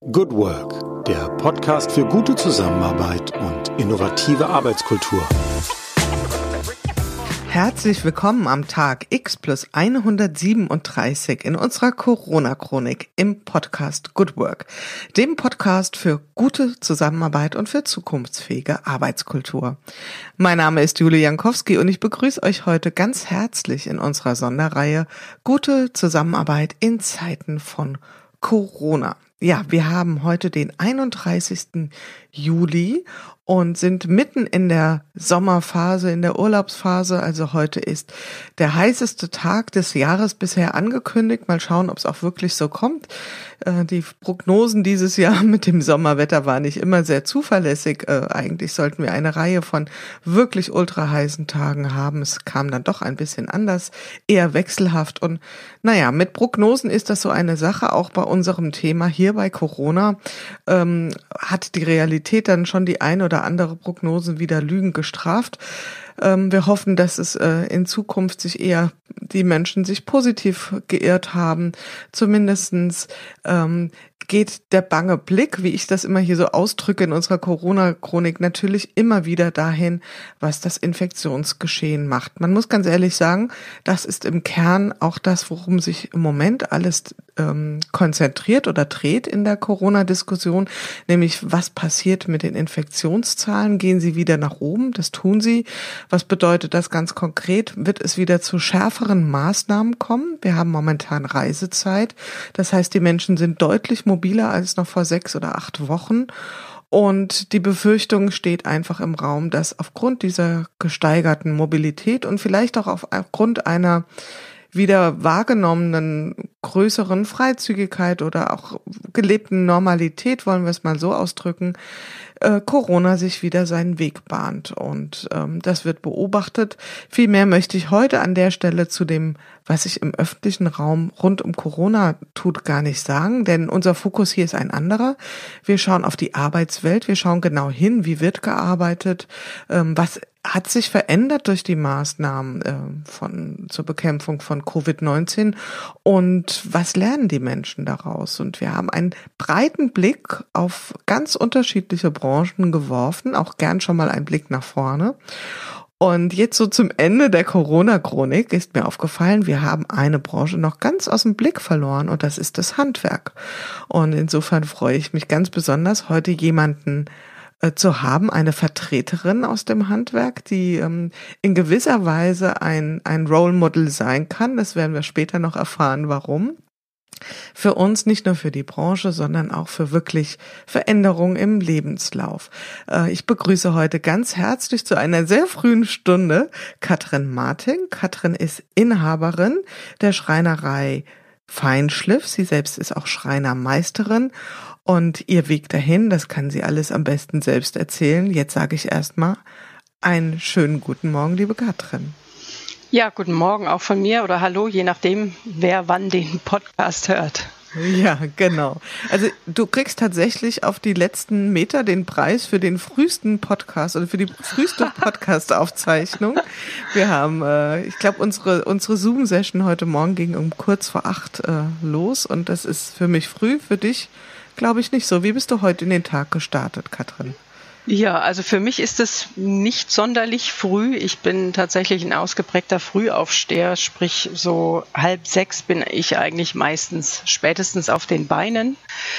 Good Work, der Podcast für gute Zusammenarbeit und innovative Arbeitskultur. Herzlich willkommen am Tag X plus 137 in unserer Corona-Chronik im Podcast Good Work, dem Podcast für gute Zusammenarbeit und für zukunftsfähige Arbeitskultur. Mein Name ist Julia Jankowski und ich begrüße euch heute ganz herzlich in unserer Sonderreihe Gute Zusammenarbeit in Zeiten von Corona. Ja, wir haben heute den 31. Juli und sind mitten in der Sommerphase, in der Urlaubsphase. Also heute ist der heißeste Tag des Jahres bisher angekündigt. Mal schauen, ob es auch wirklich so kommt. Die Prognosen dieses Jahr mit dem Sommerwetter waren nicht immer sehr zuverlässig. Eigentlich sollten wir eine Reihe von wirklich ultra heißen Tagen haben. Es kam dann doch ein bisschen anders, eher wechselhaft. Und naja, mit Prognosen ist das so eine Sache. Auch bei unserem Thema hier bei Corona hat die Realität dann schon die eine oder andere Prognose wieder Lügen gestraft. Wir hoffen, dass es in Zukunft die Menschen sich positiv geirrt haben. Zumindestens geht der bange Blick, wie ich das immer hier so ausdrücke in unserer Corona-Chronik, natürlich immer wieder dahin, was das Infektionsgeschehen macht. Man muss ganz ehrlich sagen, das ist im Kern auch das, worum sich im Moment alles konzentriert oder dreht in der Corona-Diskussion, nämlich was passiert mit den Infektionszahlen? Gehen sie wieder nach oben? Das tun sie. Was bedeutet das ganz konkret? Wird es wieder zu schärferen Maßnahmen kommen? Wir haben momentan Reisezeit. Das heißt, die Menschen sind deutlich mobiler als noch vor 6 oder 8 Wochen. Und die Befürchtung steht einfach im Raum, dass aufgrund dieser gesteigerten Mobilität und vielleicht auch aufgrund einer wieder wahrgenommenen größeren Freizügigkeit oder auch gelebten Normalität, wollen wir es mal so ausdrücken, Corona sich wieder seinen Weg bahnt. Und das wird beobachtet. Vielmehr möchte ich heute an der Stelle zu dem, was sich im öffentlichen Raum rund um Corona tut, gar nicht sagen, denn unser Fokus hier ist ein anderer. Wir schauen auf die Arbeitswelt, wir schauen genau hin, wie wird gearbeitet, was hat sich verändert durch die Maßnahmen zur Bekämpfung von Covid-19 und was lernen die Menschen daraus? Und wir haben einen breiten Blick auf ganz unterschiedliche Branchen geworfen, auch gern schon mal einen Blick nach vorne. Und jetzt so zum Ende der Corona-Chronik ist mir aufgefallen, wir haben eine Branche noch ganz aus dem Blick verloren und das ist das Handwerk. Und insofern freue ich mich ganz besonders, heute jemanden zu haben, eine Vertreterin aus dem Handwerk, die in gewisser Weise ein Role Model sein kann. Das werden wir später noch erfahren, warum. Für uns, nicht nur für die Branche, sondern auch für wirklich Veränderungen im Lebenslauf. Ich begrüße heute ganz herzlich zu einer sehr frühen Stunde Katrin Martin. Katrin ist Inhaberin der Schreinerei Feinschliff. Sie selbst ist auch Schreinermeisterin. Und ihr Weg dahin, das kann sie alles am besten selbst erzählen. Jetzt sage ich erstmal einen schönen guten Morgen, liebe Katrin. Ja, guten Morgen auch von mir oder hallo, je nachdem, wer wann den Podcast hört. Ja, genau. Also du kriegst tatsächlich auf die letzten Meter den Preis für den frühesten Podcast oder für die früheste Podcast-Aufzeichnung. Wir haben, ich glaube, unsere Zoom-Session heute Morgen ging um kurz vor 8 los und das ist für mich früh, für dich glaube ich nicht so. Wie bist du heute in den Tag gestartet, Katrin? Ja, also für mich ist es nicht sonderlich früh. Ich bin tatsächlich ein ausgeprägter Frühaufsteher, sprich so 5:30 bin ich eigentlich spätestens auf den Beinen.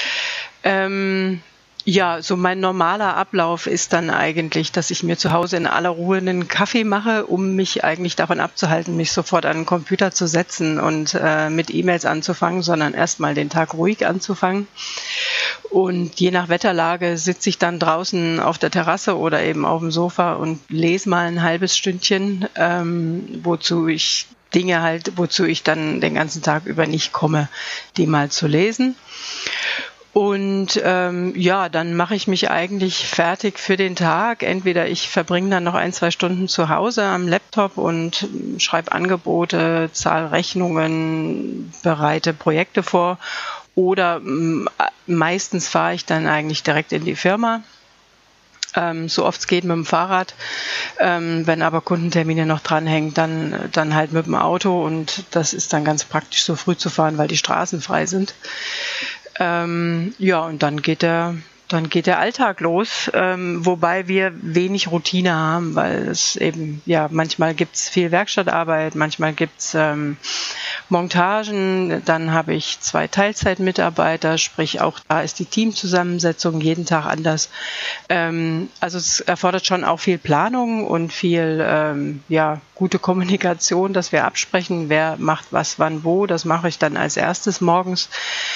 Ja, so mein normaler Ablauf ist dann eigentlich, dass ich mir zu Hause in aller Ruhe einen Kaffee mache, um mich eigentlich davon abzuhalten, mich sofort an den Computer zu setzen und mit E-Mails anzufangen, sondern erstmal den Tag ruhig anzufangen. Und je nach Wetterlage sitze ich dann draußen auf der Terrasse oder eben auf dem Sofa und lese mal ein halbes Stündchen, wozu ich dann den ganzen Tag über nicht komme, die mal zu lesen. Und dann mache ich mich eigentlich fertig für den Tag. Entweder ich verbringe dann noch 1-2 Stunden zu Hause am Laptop und schreibe Angebote, zahle Rechnungen, bereite Projekte vor. Oder meistens fahre ich dann eigentlich direkt in die Firma. So oft es geht mit dem Fahrrad. Wenn aber Kundentermine noch dranhängen, dann halt mit dem Auto. Und das ist dann ganz praktisch, so früh zu fahren, weil die Straßen frei sind. Ja, und dann geht der Alltag los, wobei wir wenig Routine haben, weil es eben, ja, manchmal gibt's viel Werkstattarbeit, manchmal gibt's Montagen, dann habe ich 2 Teilzeitmitarbeiter, sprich auch da ist die Teamzusammensetzung jeden Tag anders. Also es erfordert schon auch viel Planung und viel gute Kommunikation, dass wir absprechen, wer macht was, wann, wo. Das mache ich dann als erstes morgens,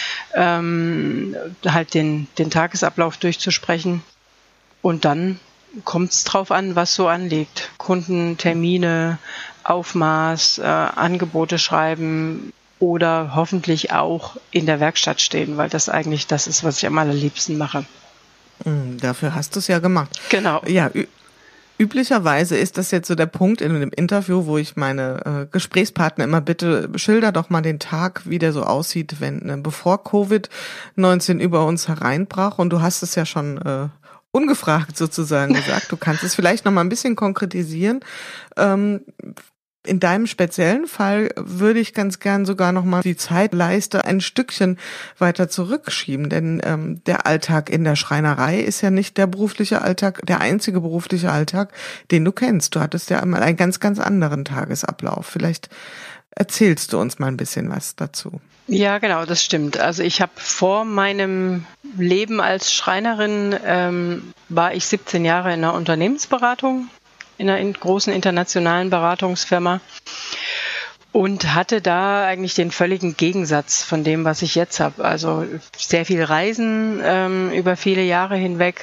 halt den Tagesablauf durchzusprechen. Und dann kommt es drauf an, was so anliegt. Kundentermine, Aufmaß, Angebote schreiben oder hoffentlich auch in der Werkstatt stehen, weil das eigentlich das ist, was ich am allerliebsten mache. Dafür hast du es ja gemacht. Genau. Ja, üblicherweise ist das jetzt so der Punkt in einem Interview, wo ich meine Gesprächspartner immer bitte, schilder doch mal den Tag, wie der so aussieht, bevor Covid-19 über uns hereinbrach. Und du hast es ja schon ungefragt sozusagen gesagt. Du kannst es vielleicht noch mal ein bisschen konkretisieren. In deinem speziellen Fall würde ich ganz gern sogar noch mal die Zeitleiste ein Stückchen weiter zurückschieben, denn der Alltag in der Schreinerei ist ja nicht der berufliche Alltag, der einzige berufliche Alltag, den du kennst. Du hattest ja einmal einen ganz, ganz anderen Tagesablauf. Vielleicht erzählst du uns mal ein bisschen was dazu. Ja, genau, das stimmt. Also ich habe vor meinem Leben als Schreinerin war ich 17 Jahre in einer Unternehmensberatung, in einer großen internationalen Beratungsfirma und hatte da eigentlich den völligen Gegensatz von dem, was ich jetzt habe. Also sehr viel Reisen über viele Jahre hinweg,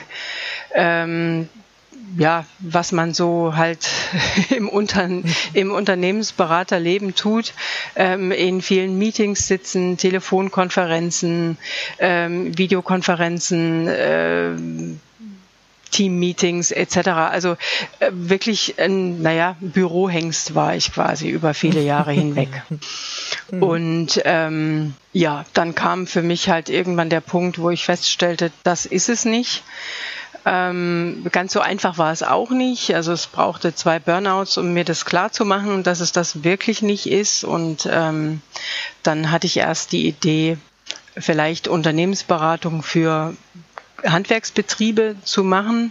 was man so halt im Unternehmensberaterleben tut, in vielen Meetings sitzen, Telefonkonferenzen, Videokonferenzen, Team-Meetings etc. Also wirklich ein Bürohengst war ich quasi über viele Jahre hinweg. Und dann kam für mich halt irgendwann der Punkt, wo ich feststellte, das ist es nicht. Ganz so einfach war es auch nicht. Also es brauchte 2 Burnouts, um mir das klar zu machen, dass es das wirklich nicht ist. Und dann hatte ich erst die Idee, vielleicht Unternehmensberatung für Handwerksbetriebe zu machen,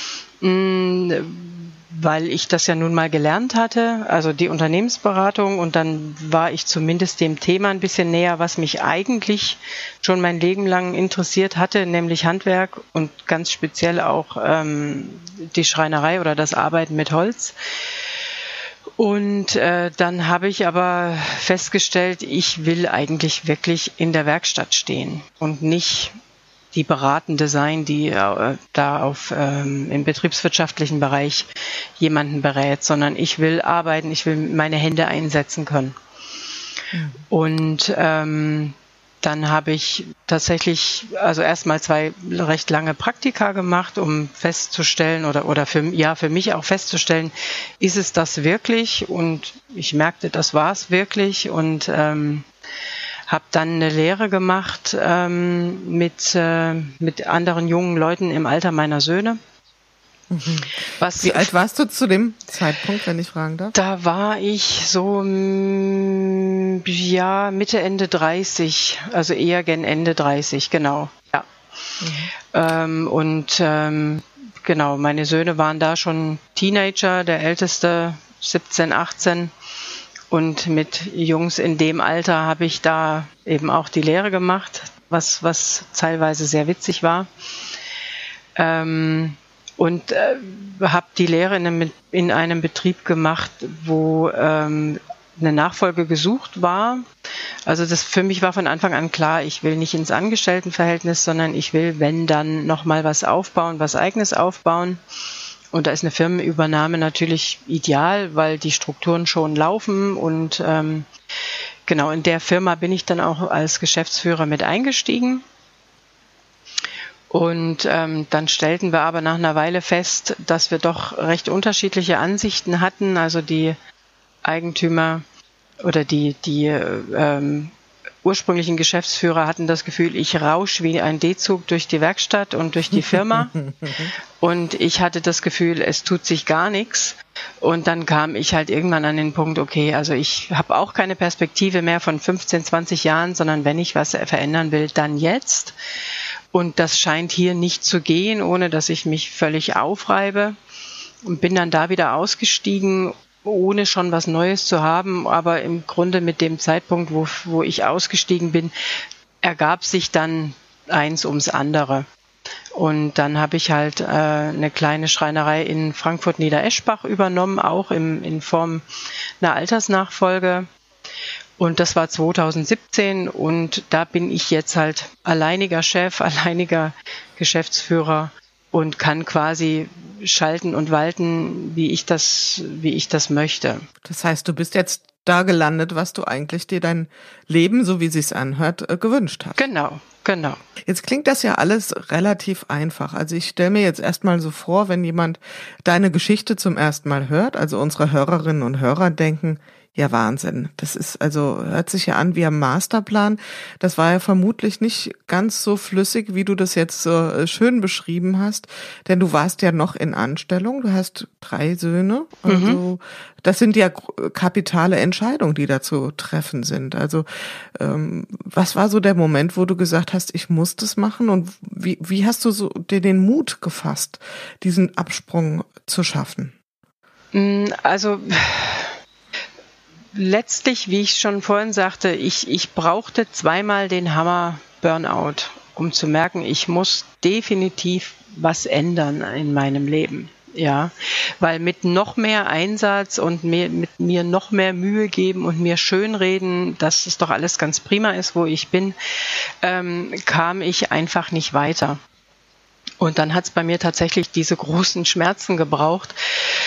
weil ich das ja nun mal gelernt hatte, also die Unternehmensberatung, und dann war ich zumindest dem Thema ein bisschen näher, was mich eigentlich schon mein Leben lang interessiert hatte, nämlich Handwerk und ganz speziell auch die Schreinerei oder das Arbeiten mit Holz. Und dann habe ich aber festgestellt, ich will eigentlich wirklich in der Werkstatt stehen und nicht die Beratende sein, die da im betriebswirtschaftlichen Bereich jemanden berät, sondern ich will arbeiten, ich will meine Hände einsetzen können. Und dann habe ich tatsächlich erstmal 2 recht lange Praktika gemacht, um festzustellen oder für mich auch festzustellen, ist es das wirklich? Und ich merkte, das war es wirklich und habe dann eine Lehre gemacht mit anderen jungen Leuten im Alter meiner Söhne. Wie alt warst du zu dem Zeitpunkt, wenn ich fragen darf? Da war ich so Mitte, Ende 30, also eher gen Ende 30, genau. Ja. Genau, meine Söhne waren da schon Teenager, der älteste 17, 18. Und mit Jungs in dem Alter habe ich da eben auch die Lehre gemacht, was teilweise sehr witzig war. Und habe die Lehre in einem Betrieb gemacht, wo eine Nachfolge gesucht war. Also das für mich war von Anfang an klar, ich will nicht ins Angestelltenverhältnis, sondern ich will, wenn dann nochmal was aufbauen, was Eigenes aufbauen. Und da ist eine Firmenübernahme natürlich ideal, weil die Strukturen schon laufen. Und genau in der Firma bin ich dann auch als Geschäftsführer mit eingestiegen. Und dann stellten wir aber nach einer Weile fest, dass wir doch recht unterschiedliche Ansichten hatten. Also die Eigentümer oder die ursprünglichen Geschäftsführer hatten das Gefühl, ich rausche wie ein D-Zug durch die Werkstatt und durch die Firma. Und ich hatte das Gefühl, es tut sich gar nichts. Und dann kam ich halt irgendwann an den Punkt, okay, also ich habe auch keine Perspektive mehr von 15, 20 Jahren, sondern wenn ich was verändern will, dann jetzt. Und das scheint hier nicht zu gehen, ohne dass ich mich völlig aufreibe. Und bin dann da wieder ausgestiegen, ohne schon was Neues zu haben. Aber im Grunde mit dem Zeitpunkt, wo ich ausgestiegen bin, ergab sich dann eins ums andere. Und dann habe ich halt eine kleine Schreinerei in Frankfurt-Niedereschbach übernommen, auch in Form einer Altersnachfolge. Und das war 2017 und da bin ich jetzt halt alleiniger Chef, alleiniger Geschäftsführer und kann quasi schalten und walten, wie ich das möchte. Das heißt, du bist jetzt da gelandet, was du eigentlich dir dein Leben, so wie sich's anhört, gewünscht hast. Genau. Jetzt klingt das ja alles relativ einfach. Also ich stelle mir jetzt erstmal so vor, wenn jemand deine Geschichte zum ersten Mal hört, also unsere Hörerinnen und Hörer denken, ja, Wahnsinn. Das ist hört sich ja an wie ein Masterplan. Das war ja vermutlich nicht ganz so flüssig, wie du das jetzt so schön beschrieben hast. Denn du warst ja noch in Anstellung. Du hast 3 Söhne. Also das sind ja kapitale Entscheidungen, die da zu treffen sind. Also was war so der Moment, wo du gesagt hast, ich muss das machen? Und wie hast du so dir den Mut gefasst, diesen Absprung zu schaffen? Also letztlich, wie ich schon vorhin sagte, ich brauchte zweimal den Hammer Burnout, um zu merken, ich muss definitiv was ändern in meinem Leben. Ja, weil mit noch mehr Einsatz und mit mir noch mehr Mühe geben und mir schönreden, dass es doch alles ganz prima ist, wo ich bin, kam ich einfach nicht weiter. Und dann hat es bei mir tatsächlich diese großen Schmerzen gebraucht.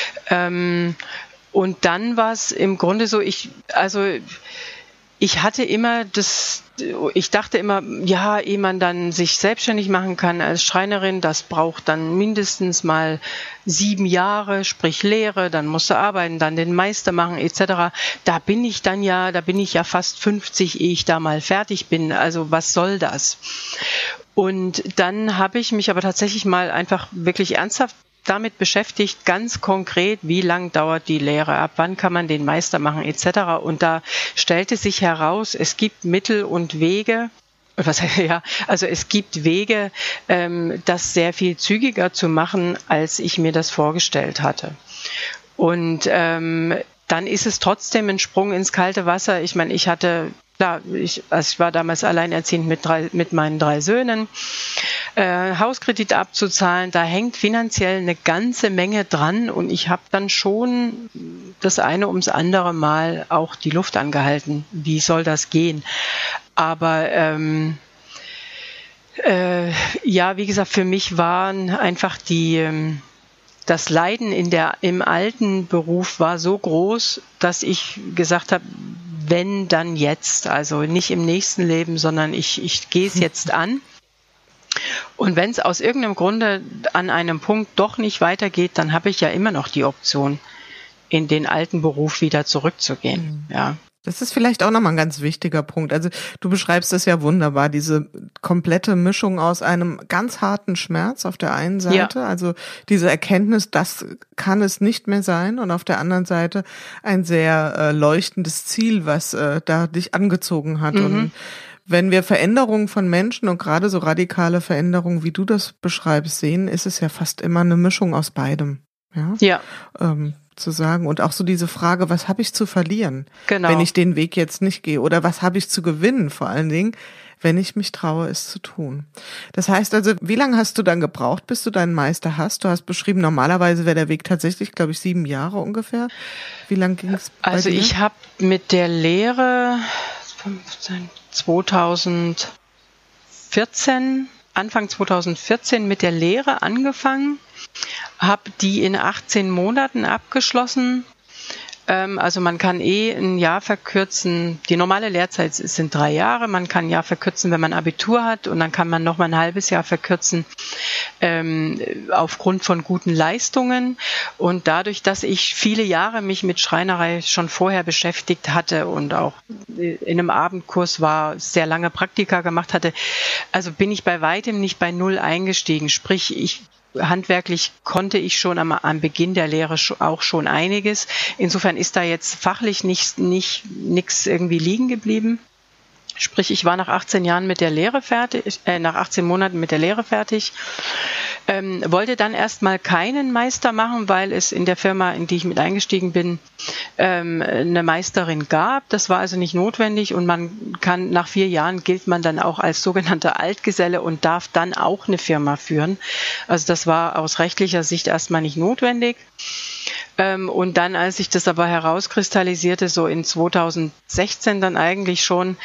Und dann war es im Grunde so, ich hatte immer ich dachte immer, ja, ehe man dann sich selbstständig machen kann als Schreinerin, das braucht dann mindestens mal 7 Jahre, sprich Lehre, dann musst du arbeiten, dann den Meister machen etc. Da bin ich ja fast 50, ehe ich da mal fertig bin. Also was soll das? Und dann habe ich mich aber tatsächlich mal einfach wirklich ernsthaft damit beschäftigt, ganz konkret, wie lang dauert die Lehre, ab wann kann man den Meister machen etc. Und da stellte sich heraus, es gibt Mittel und Wege, es gibt Wege, das sehr viel zügiger zu machen, als ich mir das vorgestellt hatte. Und dann ist es trotzdem ein Sprung ins kalte Wasser. Ich meine, ich war damals alleinerziehend mit meinen 3 Söhnen. Hauskredit abzuzahlen, da hängt finanziell eine ganze Menge dran und ich habe dann schon das eine ums andere Mal auch die Luft angehalten. Wie soll das gehen? Aber wie gesagt, für mich waren einfach das Leiden im alten Beruf war so groß, dass ich gesagt habe, wenn, dann jetzt. Also nicht im nächsten Leben, sondern ich gehe es jetzt an. Und wenn es aus irgendeinem Grunde an einem Punkt doch nicht weitergeht, dann habe ich ja immer noch die Option, in den alten Beruf wieder zurückzugehen. Ja. Das ist vielleicht auch nochmal ein ganz wichtiger Punkt. Also du beschreibst es ja wunderbar, diese komplette Mischung aus einem ganz harten Schmerz auf der einen Seite, also diese Erkenntnis, das kann es nicht mehr sein, und auf der anderen Seite ein sehr leuchtendes Ziel, was da dich angezogen hat. Und wenn wir Veränderungen von Menschen und gerade so radikale Veränderungen, wie du das beschreibst, sehen, ist es ja fast immer eine Mischung aus beidem. Ja. Zu sagen. Und auch so diese Frage, was habe ich zu verlieren, wenn ich den Weg jetzt nicht gehe? Oder was habe ich zu gewinnen, vor allen Dingen, wenn ich mich traue, es zu tun? Das heißt also, wie lange hast du dann gebraucht, bis du deinen Meister hast? Du hast beschrieben, normalerweise wäre der Weg tatsächlich, glaube ich, 7 Jahre ungefähr. Wie lange ging es bei dir? Also ich habe mit der Lehre Anfang 2014 mit der Lehre angefangen, habe die in 18 Monaten abgeschlossen. Also man kann ein Jahr verkürzen. Die normale Lehrzeit sind 3 Jahre. Man kann ein Jahr verkürzen, wenn man Abitur hat, und dann kann man noch mal ein halbes Jahr verkürzen, aufgrund von guten Leistungen. Und dadurch, dass ich viele Jahre mich mit Schreinerei schon vorher beschäftigt hatte und auch in einem Abendkurs war, sehr lange Praktika gemacht hatte, also bin ich bei weitem nicht bei Null eingestiegen. Sprich, handwerklich konnte ich schon am Beginn der Lehre auch schon einiges. Insofern ist da jetzt fachlich nichts irgendwie liegen geblieben. Sprich, ich war nach 18 Jahren mit der Lehre fertig, nach 18 Monaten mit der Lehre fertig, wollte dann erstmal keinen Meister machen, weil es in der Firma, in die ich mit eingestiegen bin, eine Meisterin gab. Das war also nicht notwendig und nach 4 Jahren gilt man dann auch als sogenannter Altgeselle und darf dann auch eine Firma führen. Also das war aus rechtlicher Sicht erstmal nicht notwendig. Und dann, als sich das aber herauskristallisierte, so in 2016 dann eigentlich schon,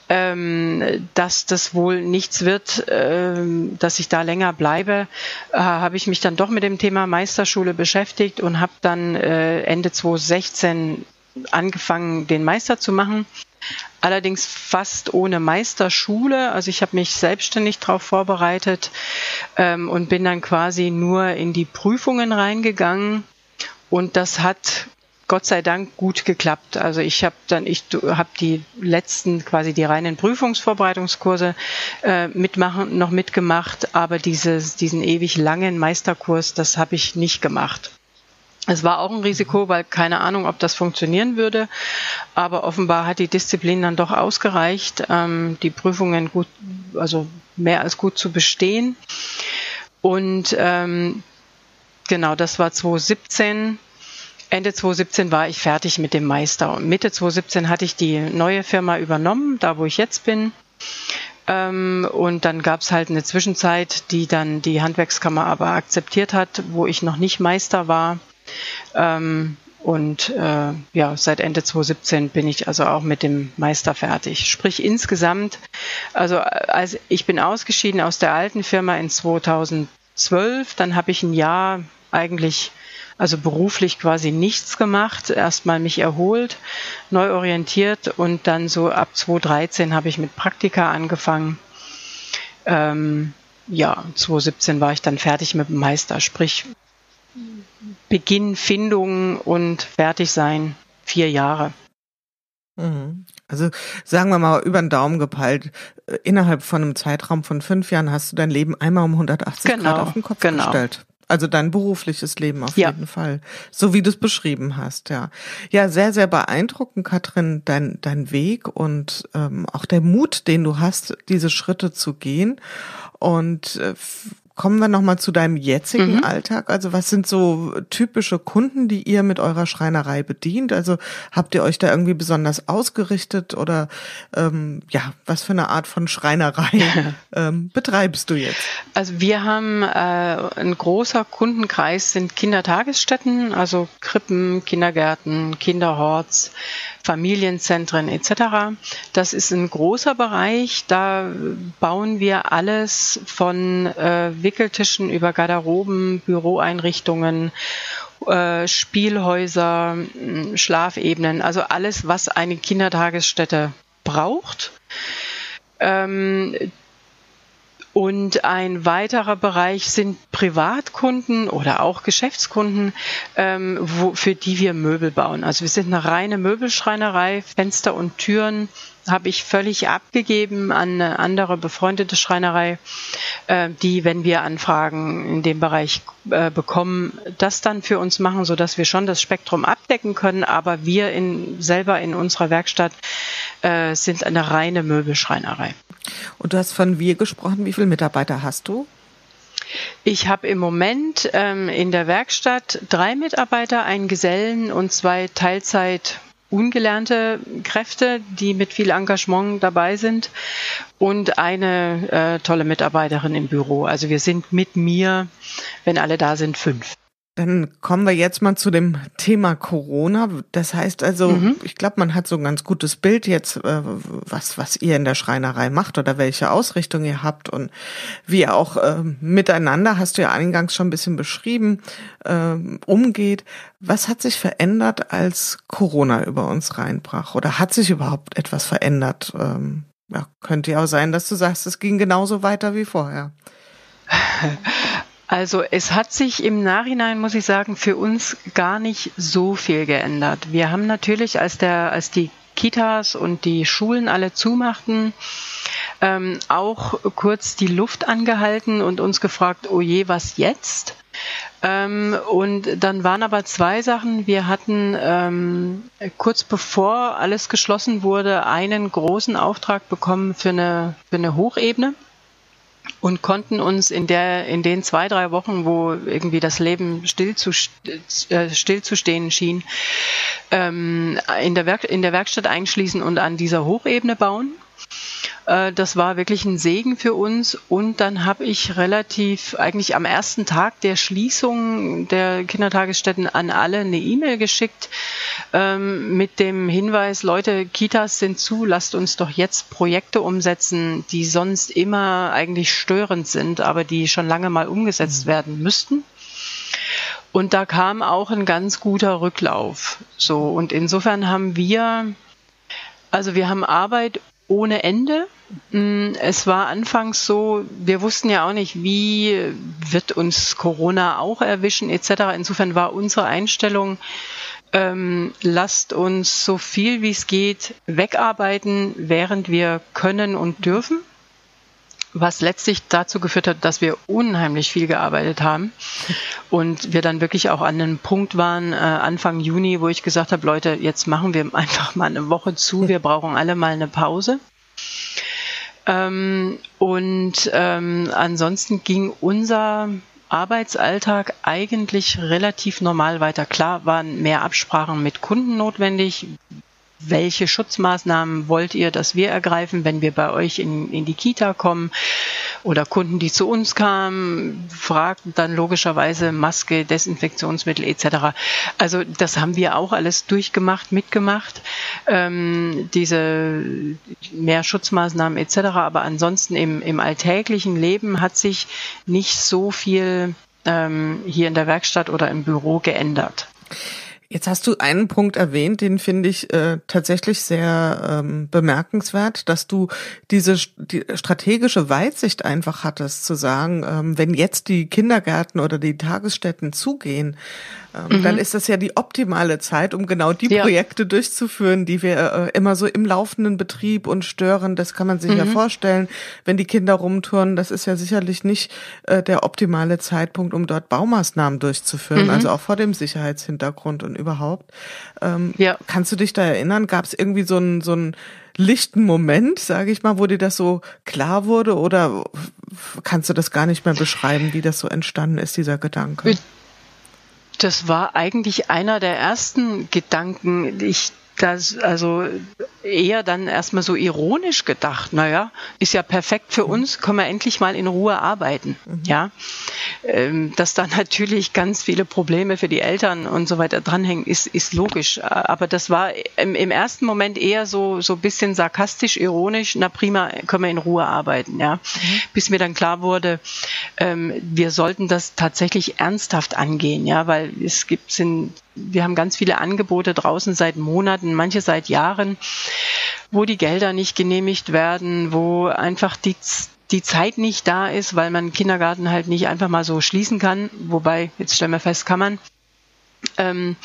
dass das wohl nichts wird, dass ich da länger bleibe, habe ich mich dann doch mit dem Thema Meisterschule beschäftigt und habe dann Ende 2016 angefangen, den Meister zu machen. Allerdings fast ohne Meisterschule. Also ich habe mich selbstständig darauf vorbereitet und bin dann quasi nur in die Prüfungen reingegangen. Und das hat Gott sei Dank gut geklappt. Also ich habe die letzten, quasi die reinen Prüfungsvorbereitungskurse noch mitgemacht, aber diesen ewig langen Meisterkurs, das habe ich nicht gemacht. Es war auch ein Risiko, weil keine Ahnung, ob das funktionieren würde, aber offenbar hat die Disziplin dann doch ausgereicht, die Prüfungen gut, also mehr als gut zu bestehen. Und genau, das war 2017. Ende 2017 war ich fertig mit dem Meister. Und Mitte 2017 hatte ich die neue Firma übernommen, da wo ich jetzt bin. Und dann gab es halt eine Zwischenzeit, die dann die Handwerkskammer aber akzeptiert hat, wo ich noch nicht Meister war. Seit Ende 2017 bin ich also auch mit dem Meister fertig. Sprich insgesamt, als ich bin ausgeschieden aus der alten Firma in 2012, dann habe ich ein Jahr eigentlich, also beruflich quasi nichts gemacht, erstmal mich erholt, neu orientiert und dann so ab 2013 habe ich mit Praktika angefangen. 2017 war ich dann fertig mit dem Meister, sprich Beginn, Findung und Fertigsein 4 Jahre. Also sagen wir mal über den Daumen gepeilt, innerhalb von einem Zeitraum von 5 Jahren hast du dein Leben einmal um 180 Grad auf den Kopf gestellt. Also dein berufliches Leben auf jeden Fall, so wie du es beschrieben hast, ja. Ja, sehr, sehr beeindruckend, Katrin, dein Weg und auch der Mut, den du hast, diese Schritte zu gehen. Und kommen wir nochmal zu deinem jetzigen Alltag. Also was sind so typische Kunden, die ihr mit eurer Schreinerei bedient? Also habt ihr euch da irgendwie besonders ausgerichtet oder was für eine Art von Schreinerei betreibst du jetzt? Also wir haben ein großer Kundenkreis sind Kindertagesstätten, also Krippen, Kindergärten, Kinderhorts, Familienzentren etc. Das ist ein großer Bereich, da bauen wir alles von Wickeltischen über Garderoben, Büroeinrichtungen, Spielhäuser, Schlafebenen, also alles, was eine Kindertagesstätte braucht. Und ein weiterer Bereich sind Privatkunden oder auch Geschäftskunden, für die wir Möbel bauen. Also wir sind eine reine Möbelschreinerei, Fenster und Türen habe ich völlig abgegeben an eine andere befreundete Schreinerei, die, wenn wir Anfragen in dem Bereich bekommen, das dann für uns machen, sodass wir schon das Spektrum abdecken können, aber wir selber in unserer Werkstatt sind eine reine Möbelschreinerei. Und du hast von wir gesprochen, wie viele Mitarbeiter hast du? Ich habe im Moment in der Werkstatt 3 Mitarbeiter, einen Gesellen und 2 Teilzeit ungelernte Kräfte, die mit viel Engagement dabei sind und eine tolle Mitarbeiterin im Büro. Also wir sind mit mir, wenn alle da sind, 5. Dann kommen wir jetzt mal zu dem Thema Corona. Das heißt also, ich glaube, man hat so ein ganz gutes Bild jetzt, was ihr in der Schreinerei macht oder welche Ausrichtung ihr habt und wie ihr auch miteinander, hast du ja eingangs schon ein bisschen beschrieben, umgeht. Was hat sich verändert, als Corona über uns reinbrach? Oder hat sich überhaupt etwas verändert? Könnte ja auch sein, dass du sagst, es ging genauso weiter wie vorher. Also es hat sich im Nachhinein, muss ich sagen, für uns gar nicht so viel geändert. Wir haben natürlich, als die Kitas und die Schulen alle zumachten, auch kurz die Luft angehalten und uns gefragt, oh je, was jetzt? Und dann waren aber zwei Sachen. Wir hatten kurz bevor alles geschlossen wurde, einen großen Auftrag bekommen für eine Hochebene und konnten uns in den 2-3 Wochen, wo irgendwie das Leben stillzustehen schien, in der Werkstatt einschließen und an dieser Hochebene bauen. Das war wirklich ein Segen für uns. Und dann habe ich eigentlich am ersten Tag der Schließung der Kindertagesstätten an alle eine E-Mail geschickt mit dem Hinweis, Leute, Kitas sind zu, lasst uns doch jetzt Projekte umsetzen, die sonst immer eigentlich störend sind, aber die schon lange mal umgesetzt werden müssten. Und da kam auch ein ganz guter Rücklauf. So, und insofern haben wir haben Arbeit ohne Ende. Es war anfangs so, wir wussten ja auch nicht, wie wird uns Corona auch erwischen etc. Insofern war unsere Einstellung, lasst uns so viel wie es geht wegarbeiten, während wir können und dürfen. Was letztlich dazu geführt hat, dass wir unheimlich viel gearbeitet haben und wir dann wirklich auch an einem Punkt waren, Anfang Juni, wo ich gesagt habe, Leute, jetzt machen wir einfach mal eine Woche zu, wir brauchen alle mal eine Pause. Ansonsten ging unser Arbeitsalltag eigentlich relativ normal weiter. Klar waren mehr Absprachen mit Kunden notwendig. Welche Schutzmaßnahmen wollt ihr, dass wir ergreifen, wenn wir bei euch in die Kita kommen? Oder Kunden, die zu uns kamen, fragten dann logischerweise Maske, Desinfektionsmittel etc. Also das haben wir auch alles mitgemacht. Diese mehr Schutzmaßnahmen etc. Aber ansonsten im alltäglichen Leben hat sich nicht so viel hier in der Werkstatt oder im Büro geändert. Jetzt hast du einen Punkt erwähnt, den finde ich tatsächlich sehr bemerkenswert, dass du die strategische Weitsicht einfach hattest, zu sagen, wenn jetzt die Kindergärten oder die Tagesstätten zugehen, dann ist das ja die optimale Zeit, um genau die Projekte durchzuführen, die wir immer so im laufenden Betrieb und stören. Das kann man sich ja vorstellen, wenn die Kinder rumturnen. Das ist ja sicherlich nicht der optimale Zeitpunkt, um dort Baumaßnahmen durchzuführen, also auch vor dem Sicherheitshintergrund und überhaupt. Kannst du dich da erinnern? Gab es irgendwie so einen lichten Moment, sage ich mal, wo dir das so klar wurde, oder kannst du das gar nicht mehr beschreiben, wie das so entstanden ist, dieser Gedanke? Das war eigentlich einer der ersten Gedanken. Also eher dann erstmal so ironisch gedacht, naja, ist ja perfekt für uns, können wir endlich mal in Ruhe arbeiten. Ja, dass da natürlich ganz viele Probleme für die Eltern und so weiter dranhängen, ist logisch. Aber das war im ersten Moment eher so ein bisschen sarkastisch, ironisch, na prima, können wir in Ruhe arbeiten. Ja, bis mir dann klar wurde, wir sollten das tatsächlich ernsthaft angehen, ja, weil wir haben ganz viele Angebote draußen seit Monaten, manche seit Jahren, wo die Gelder nicht genehmigt werden, wo einfach die Zeit nicht da ist, weil man Kindergarten halt nicht einfach mal so schließen kann. Wobei, jetzt stellen wir fest, kann man.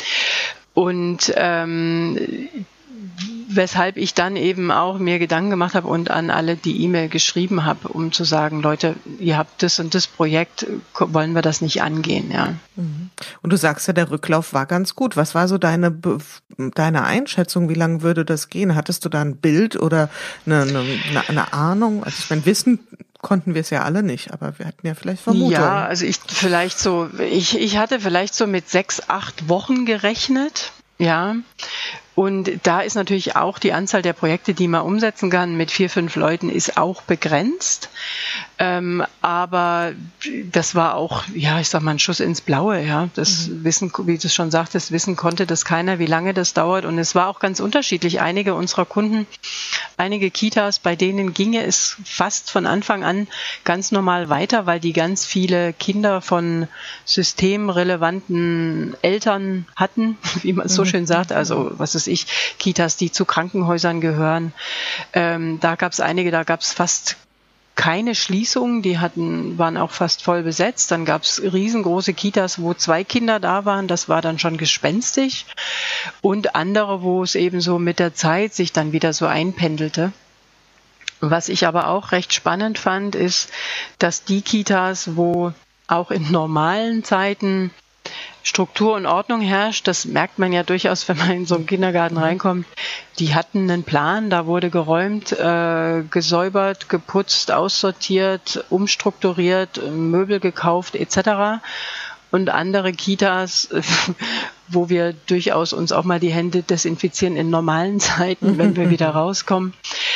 Weshalb ich dann eben auch mir Gedanken gemacht habe und an alle die E-Mail geschrieben habe, um zu sagen, Leute, ihr habt das und das Projekt, wollen wir das nicht angehen, ja. Und du sagst ja, der Rücklauf war ganz gut. Was war so deine Einschätzung? Wie lange würde das gehen? Hattest du da ein Bild oder eine Ahnung? Also ich meine, wissen konnten wir es ja alle nicht, aber wir hatten ja vielleicht Vermutungen. Ja, also ich hatte vielleicht so mit 6-8 Wochen gerechnet, ja. Und da ist natürlich auch die Anzahl der Projekte, die man umsetzen kann, mit 4-5 Leuten ist auch begrenzt. Aber das war auch, ja, ich sag mal, ein Schuss ins Blaue, ja. Das Wissen, wie du schon sagtest, wissen konnte das keiner, wie lange das dauert. Und es war auch ganz unterschiedlich. Einige unserer Kunden, einige Kitas, bei denen ginge es fast von Anfang an ganz normal weiter, weil die ganz viele Kinder von systemrelevanten Eltern hatten, wie man es so schön sagt. Also, was ist Kitas, die zu Krankenhäusern gehören. Da gab es einige, da gab es fast keine Schließung, waren auch fast voll besetzt. Dann gab es riesengroße Kitas, wo 2 Kinder da waren, das war dann schon gespenstig. Und andere, wo es eben so mit der Zeit sich dann wieder so einpendelte. Was ich aber auch recht spannend fand, ist, dass die Kitas, wo auch in normalen Zeiten Struktur und Ordnung herrscht, das merkt man ja durchaus, wenn man in so einen Kindergarten reinkommt, die hatten einen Plan, da wurde geräumt, gesäubert, geputzt, aussortiert, umstrukturiert, Möbel gekauft etc. Und andere Kitas, wo wir durchaus uns auch mal die Hände desinfizieren in normalen Zeiten, wenn wir wieder rauskommen.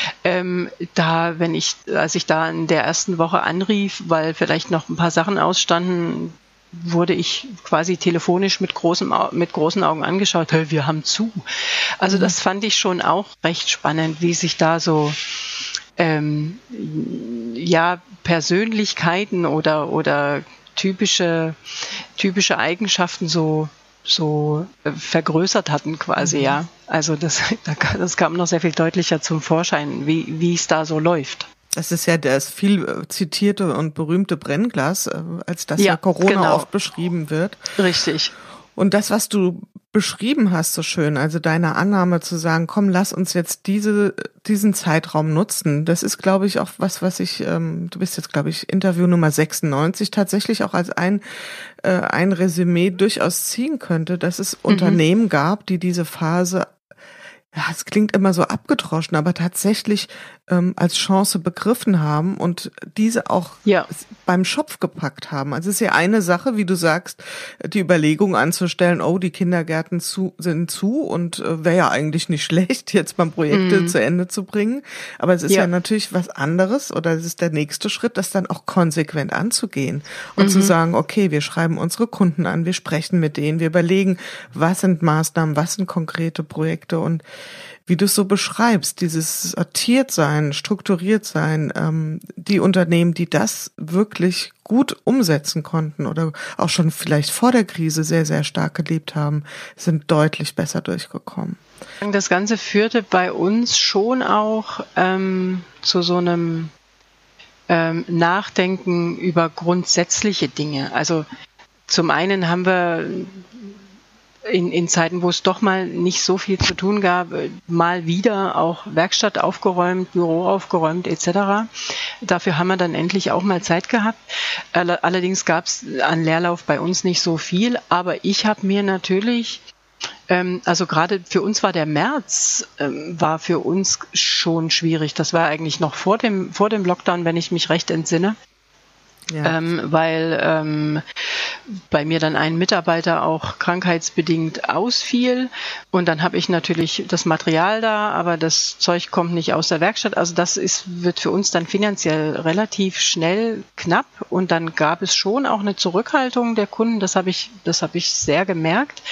Als ich da in der ersten Woche anrief, weil vielleicht noch ein paar Sachen ausstanden, wurde ich quasi telefonisch mit großen Augen angeschaut. Hey, wir haben zu. Also das fand ich schon auch recht spannend, wie sich da so Persönlichkeiten oder typische Eigenschaften so vergrößert hatten quasi, ja. Also das kam noch sehr viel deutlicher zum Vorschein, wie es da so läuft. Das ist ja das viel zitierte und berühmte Brennglas, als das ja Corona oft beschrieben wird. Richtig. Und das, was du beschrieben hast, so schön, also deine Annahme zu sagen, komm, lass uns jetzt diesen Zeitraum nutzen, das ist, glaube ich, auch was ich, du bist jetzt, glaube ich, Interview Nummer 96, tatsächlich auch als ein Resümee durchaus ziehen könnte, dass es Unternehmen gab, die diese Phase, ja, es klingt immer so abgedroschen, aber tatsächlich als Chance begriffen haben und diese auch beim Schopf gepackt haben. Also es ist ja eine Sache, wie du sagst, die Überlegung anzustellen, oh, die Kindergärten sind zu und wäre ja eigentlich nicht schlecht, jetzt mal Projekte zu Ende zu bringen. Aber es ist ja natürlich was anderes oder es ist der nächste Schritt, das dann auch konsequent anzugehen und zu sagen, okay, wir schreiben unsere Kunden an, wir sprechen mit denen, wir überlegen, was sind Maßnahmen, was sind konkrete Projekte und wie du es so beschreibst, dieses sortiert sein, strukturiert sein, die Unternehmen, die das wirklich gut umsetzen konnten oder auch schon vielleicht vor der Krise sehr, sehr stark gelebt haben, sind deutlich besser durchgekommen. Das Ganze führte bei uns schon auch zu so einem Nachdenken über grundsätzliche Dinge. Also zum einen haben wir in Zeiten, wo es doch mal nicht so viel zu tun gab, mal wieder auch Werkstatt aufgeräumt, Büro aufgeräumt etc. Dafür haben wir dann endlich auch mal Zeit gehabt. Allerdings gab es an Leerlauf bei uns nicht so viel, aber ich habe mir natürlich, also gerade für uns war der März, war für uns schon schwierig. Das war eigentlich noch vor dem Lockdown, wenn ich mich recht entsinne. Ja. Weil bei mir dann ein Mitarbeiter auch krankheitsbedingt ausfiel und dann habe ich natürlich das Material da, aber das Zeug kommt nicht aus der Werkstatt. Also wird für uns dann finanziell relativ schnell knapp und dann gab es schon auch eine Zurückhaltung der Kunden. Das habe ich sehr gemerkt.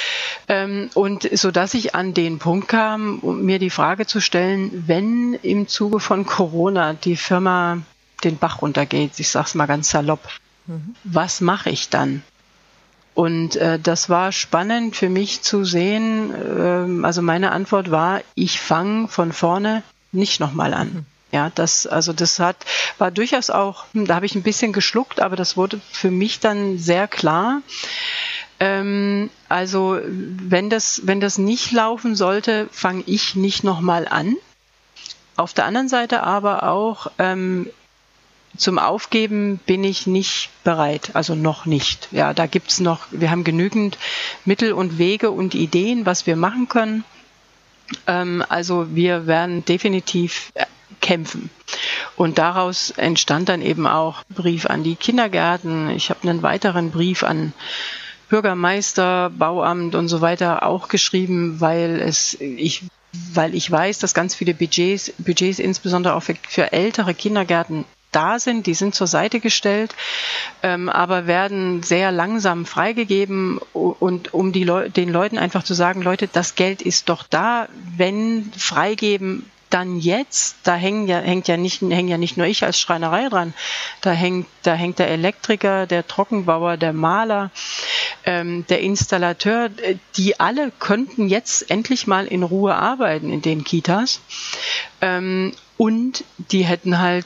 Und so dass ich an den Punkt kam, um mir die Frage zu stellen, wenn im Zuge von Corona die Firma den Bach runtergeht, ich sag's mal ganz salopp, was mache ich dann? Und das war spannend für mich zu sehen. Also meine Antwort war, ich fange von vorne nicht nochmal an. Ja, war durchaus auch, da habe ich ein bisschen geschluckt, aber das wurde für mich dann sehr klar. Also wenn das nicht laufen sollte, fange ich nicht nochmal an. Auf der anderen Seite aber auch zum Aufgeben bin ich nicht bereit, also noch nicht. Ja, da gibt's noch, wir haben genügend Mittel und Wege und Ideen, was wir machen können. Also wir werden definitiv kämpfen. Und daraus entstand dann eben auch Brief an die Kindergärten. Ich habe einen weiteren Brief an Bürgermeister, Bauamt und so weiter auch geschrieben, weil ich weiß, dass ganz viele Budgets insbesondere auch für ältere Kindergärten da sind, die sind zur Seite gestellt, aber werden sehr langsam freigegeben und um den Leuten einfach zu sagen, Leute, das Geld ist doch da, wenn freigeben, dann jetzt, da hängen ja nicht nur ich als Schreinerei dran, da hängt der Elektriker, der Trockenbauer, der Maler, der Installateur, die alle könnten jetzt endlich mal in Ruhe arbeiten in den Kitas und die hätten halt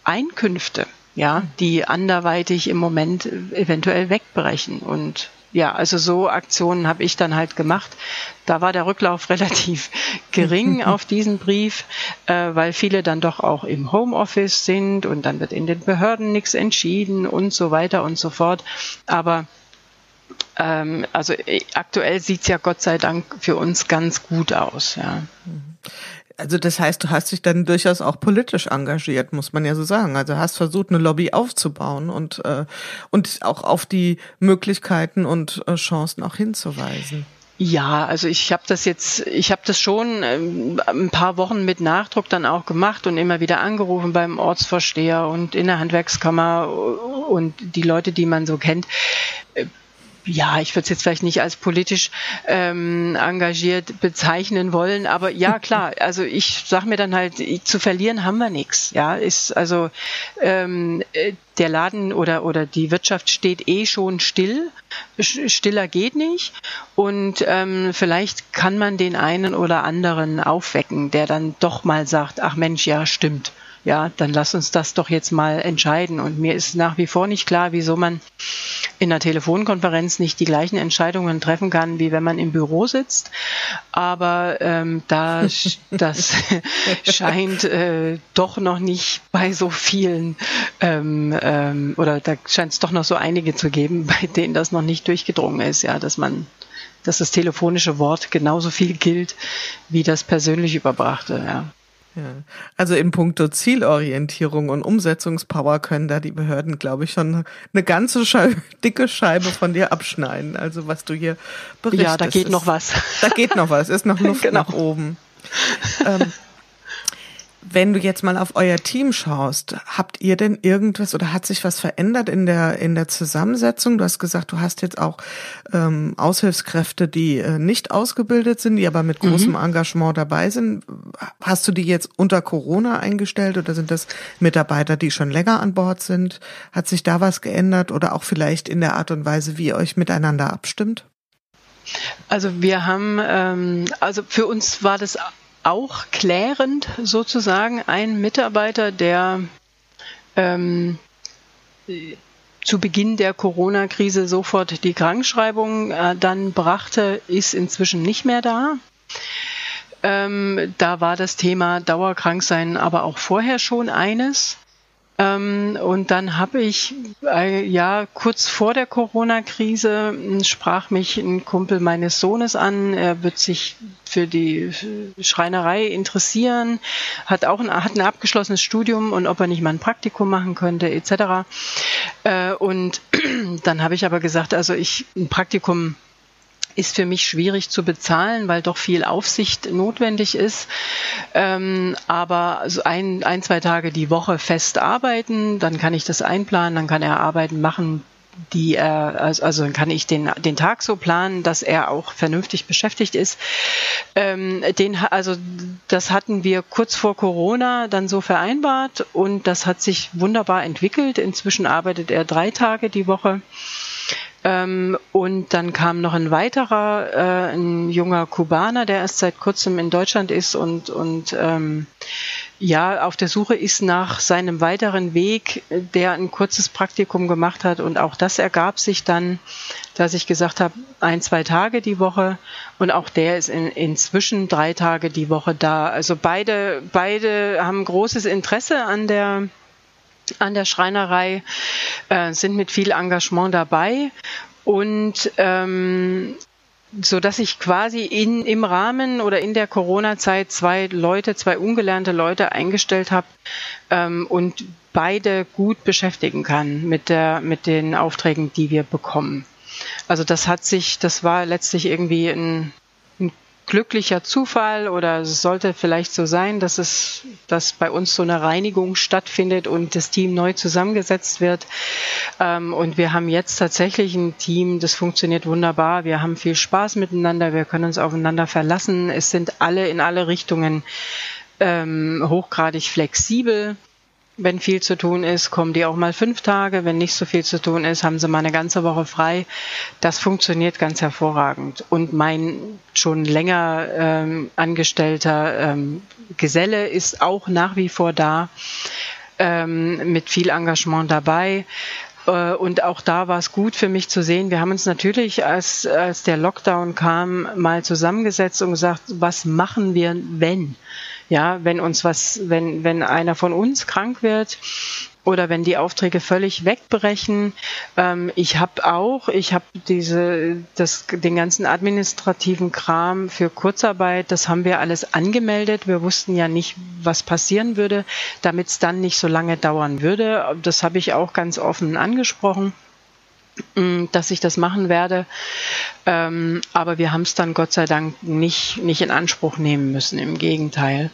Einkünfte, ja, die anderweitig im Moment eventuell wegbrechen. Und ja, also so Aktionen habe ich dann halt gemacht. Da war der Rücklauf relativ gering auf diesen Brief, weil viele dann doch auch im Homeoffice sind und dann wird in den Behörden nichts entschieden und so weiter und so fort. Aber also aktuell sieht's ja Gott sei Dank für uns ganz gut aus, ja. Also das heißt, du hast dich dann durchaus auch politisch engagiert, muss man ja so sagen. Also hast versucht, eine Lobby aufzubauen und auch auf die Möglichkeiten und Chancen auch hinzuweisen. Ja, also ich habe das schon ein paar Wochen mit Nachdruck dann auch gemacht und immer wieder angerufen beim Ortsvorsteher und in der Handwerkskammer und die Leute, die man so kennt. Ja, ich würde es jetzt vielleicht nicht als politisch engagiert bezeichnen wollen, aber ja, klar, also ich sag mir dann halt, zu verlieren haben wir nichts. Ja, ist also der Laden oder die Wirtschaft steht schon still, stiller geht nicht und vielleicht kann man den einen oder anderen aufwecken, der dann doch mal sagt, ach Mensch, ja, stimmt. Ja, dann lass uns das doch jetzt mal entscheiden. Und mir ist nach wie vor nicht klar, wieso man in einer Telefonkonferenz nicht die gleichen Entscheidungen treffen kann, wie wenn man im Büro sitzt. Aber das scheint doch noch nicht bei so vielen, oder da scheint es doch noch so einige zu geben, bei denen das noch nicht durchgedrungen ist, ja, dass das telefonische Wort genauso viel gilt wie das persönlich Überbrachte, ja. Ja, also in puncto Zielorientierung und Umsetzungspower können da die Behörden, glaube ich, schon eine ganze dicke Scheibe von dir abschneiden. Also was du hier berichtest. Ja, da geht noch was. Da geht noch was, ist noch Luft genau. Nach oben. Wenn du jetzt mal auf euer Team schaust, habt ihr denn irgendwas oder hat sich was verändert in der Zusammensetzung? Du hast gesagt, du hast jetzt auch Aushilfskräfte, die nicht ausgebildet sind, die aber mit großem Engagement dabei sind. Hast du die jetzt unter Corona eingestellt oder sind das Mitarbeiter, die schon länger an Bord sind? Hat sich da was geändert oder auch vielleicht in der Art und Weise, wie ihr euch miteinander abstimmt? Also wir haben, also für uns war das auch klärend sozusagen ein Mitarbeiter, der zu Beginn der Corona-Krise sofort die Krankschreibung dann brachte, ist inzwischen nicht mehr da. Da war das Thema Dauerkranksein aber auch vorher schon eines. Und dann habe ich, kurz vor der Corona-Krise sprach mich ein Kumpel meines Sohnes an. Er wird sich für die Schreinerei interessieren, hat ein abgeschlossenes Studium und ob er nicht mal ein Praktikum machen könnte, etc. Und dann habe ich aber gesagt, also ein Praktikum ist für mich schwierig zu bezahlen, weil doch viel Aufsicht notwendig ist. Aber also 2 Tage die Woche fest arbeiten, dann kann ich das einplanen, dann kann er Arbeiten machen, also dann kann ich den Tag so planen, dass er auch vernünftig beschäftigt ist. Das hatten wir kurz vor Corona dann so vereinbart und das hat sich wunderbar entwickelt. Inzwischen arbeitet er 3 Tage die Woche. Und dann kam noch ein weiterer, ein junger Kubaner, der erst seit kurzem in Deutschland ist und auf der Suche ist nach seinem weiteren Weg, der ein kurzes Praktikum gemacht hat. Und auch das ergab sich dann, dass ich gesagt habe, 1-2 Tage die Woche. Und auch der ist inzwischen 3 Tage die Woche da. Also beide haben großes Interesse an der Schreinerei, sind mit viel Engagement dabei und so dass ich quasi im Rahmen oder in der Corona-Zeit 2 ungelernte Leute eingestellt habe und beide gut beschäftigen kann mit den Aufträgen, die wir bekommen. Also das war letztlich irgendwie ein glücklicher Zufall oder es sollte vielleicht so sein, dass bei uns so eine Reinigung stattfindet und das Team neu zusammengesetzt wird. Und wir haben jetzt tatsächlich ein Team, das funktioniert wunderbar. Wir haben viel Spaß miteinander, wir können uns aufeinander verlassen. Es sind alle in alle Richtungen hochgradig flexibel. Wenn viel zu tun ist, kommen die auch mal 5 Tage. Wenn nicht so viel zu tun ist, haben sie mal eine ganze Woche frei. Das funktioniert ganz hervorragend. Und mein schon länger angestellter Geselle ist auch nach wie vor da. mit viel Engagement dabei. Und auch da war es gut für mich zu sehen. Wir haben uns natürlich, als der Lockdown kam, mal zusammengesetzt und gesagt, was machen wir, wenn? Ja, wenn einer von uns krank wird oder wenn die Aufträge völlig wegbrechen. Ich habe den ganzen administrativen Kram für Kurzarbeit, das haben wir alles angemeldet. Wir wussten ja nicht, was passieren würde, damit es dann nicht so lange dauern würde. Das habe ich auch ganz offen angesprochen, dass ich das machen werde. Aber wir haben es dann Gott sei Dank nicht in Anspruch nehmen müssen, im Gegenteil.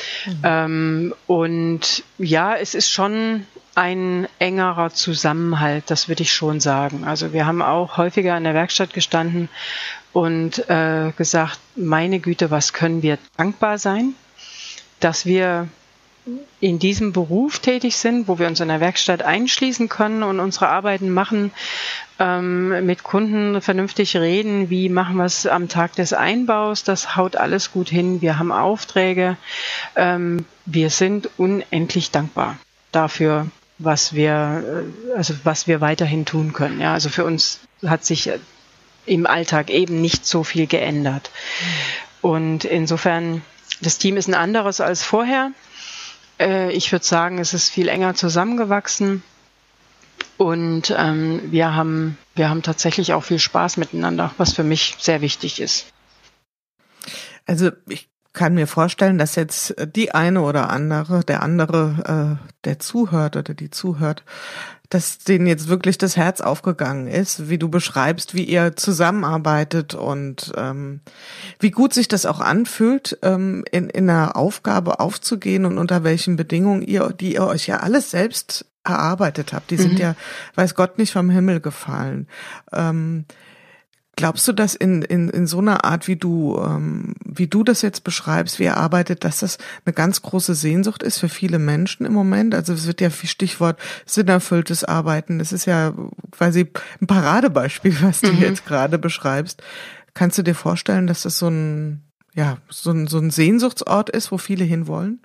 Und ja, es ist schon ein engerer Zusammenhalt, das würde ich schon sagen. Also wir haben auch häufiger in der Werkstatt gestanden und gesagt, meine Güte, was können wir dankbar sein, dass wir in diesem Beruf tätig sind, wo wir uns in der Werkstatt einschließen können und unsere Arbeiten machen, mit Kunden vernünftig reden, wie machen wir es am Tag des Einbaus, das haut alles gut hin, wir haben Aufträge, wir sind unendlich dankbar dafür, was wir weiterhin tun können. Ja, also für uns hat sich im Alltag eben nicht so viel geändert. Und insofern, das Team ist ein anderes als vorher. Ich würde sagen, es ist viel enger zusammengewachsen und wir haben tatsächlich auch viel Spaß miteinander, was für mich sehr wichtig ist. Also ich kann mir vorstellen, dass jetzt die eine oder andere, der zuhört oder die zuhört, dass denen jetzt wirklich das Herz aufgegangen ist, wie du beschreibst, wie ihr zusammenarbeitet und wie gut sich das auch anfühlt, in einer Aufgabe aufzugehen und unter welchen Bedingungen die ihr euch ja alles selbst erarbeitet habt. Die sind ja, weiß Gott, nicht vom Himmel gefallen. Glaubst du, dass in so einer Art, wie du das jetzt beschreibst, wie ihr arbeitet, dass das eine ganz große Sehnsucht ist für viele Menschen im Moment? Also es wird ja Stichwort sinnerfülltes Arbeiten. Das ist ja quasi ein Paradebeispiel, was du jetzt gerade beschreibst. Kannst du dir vorstellen, dass das so ein Sehnsuchtsort ist, wo viele hinwollen?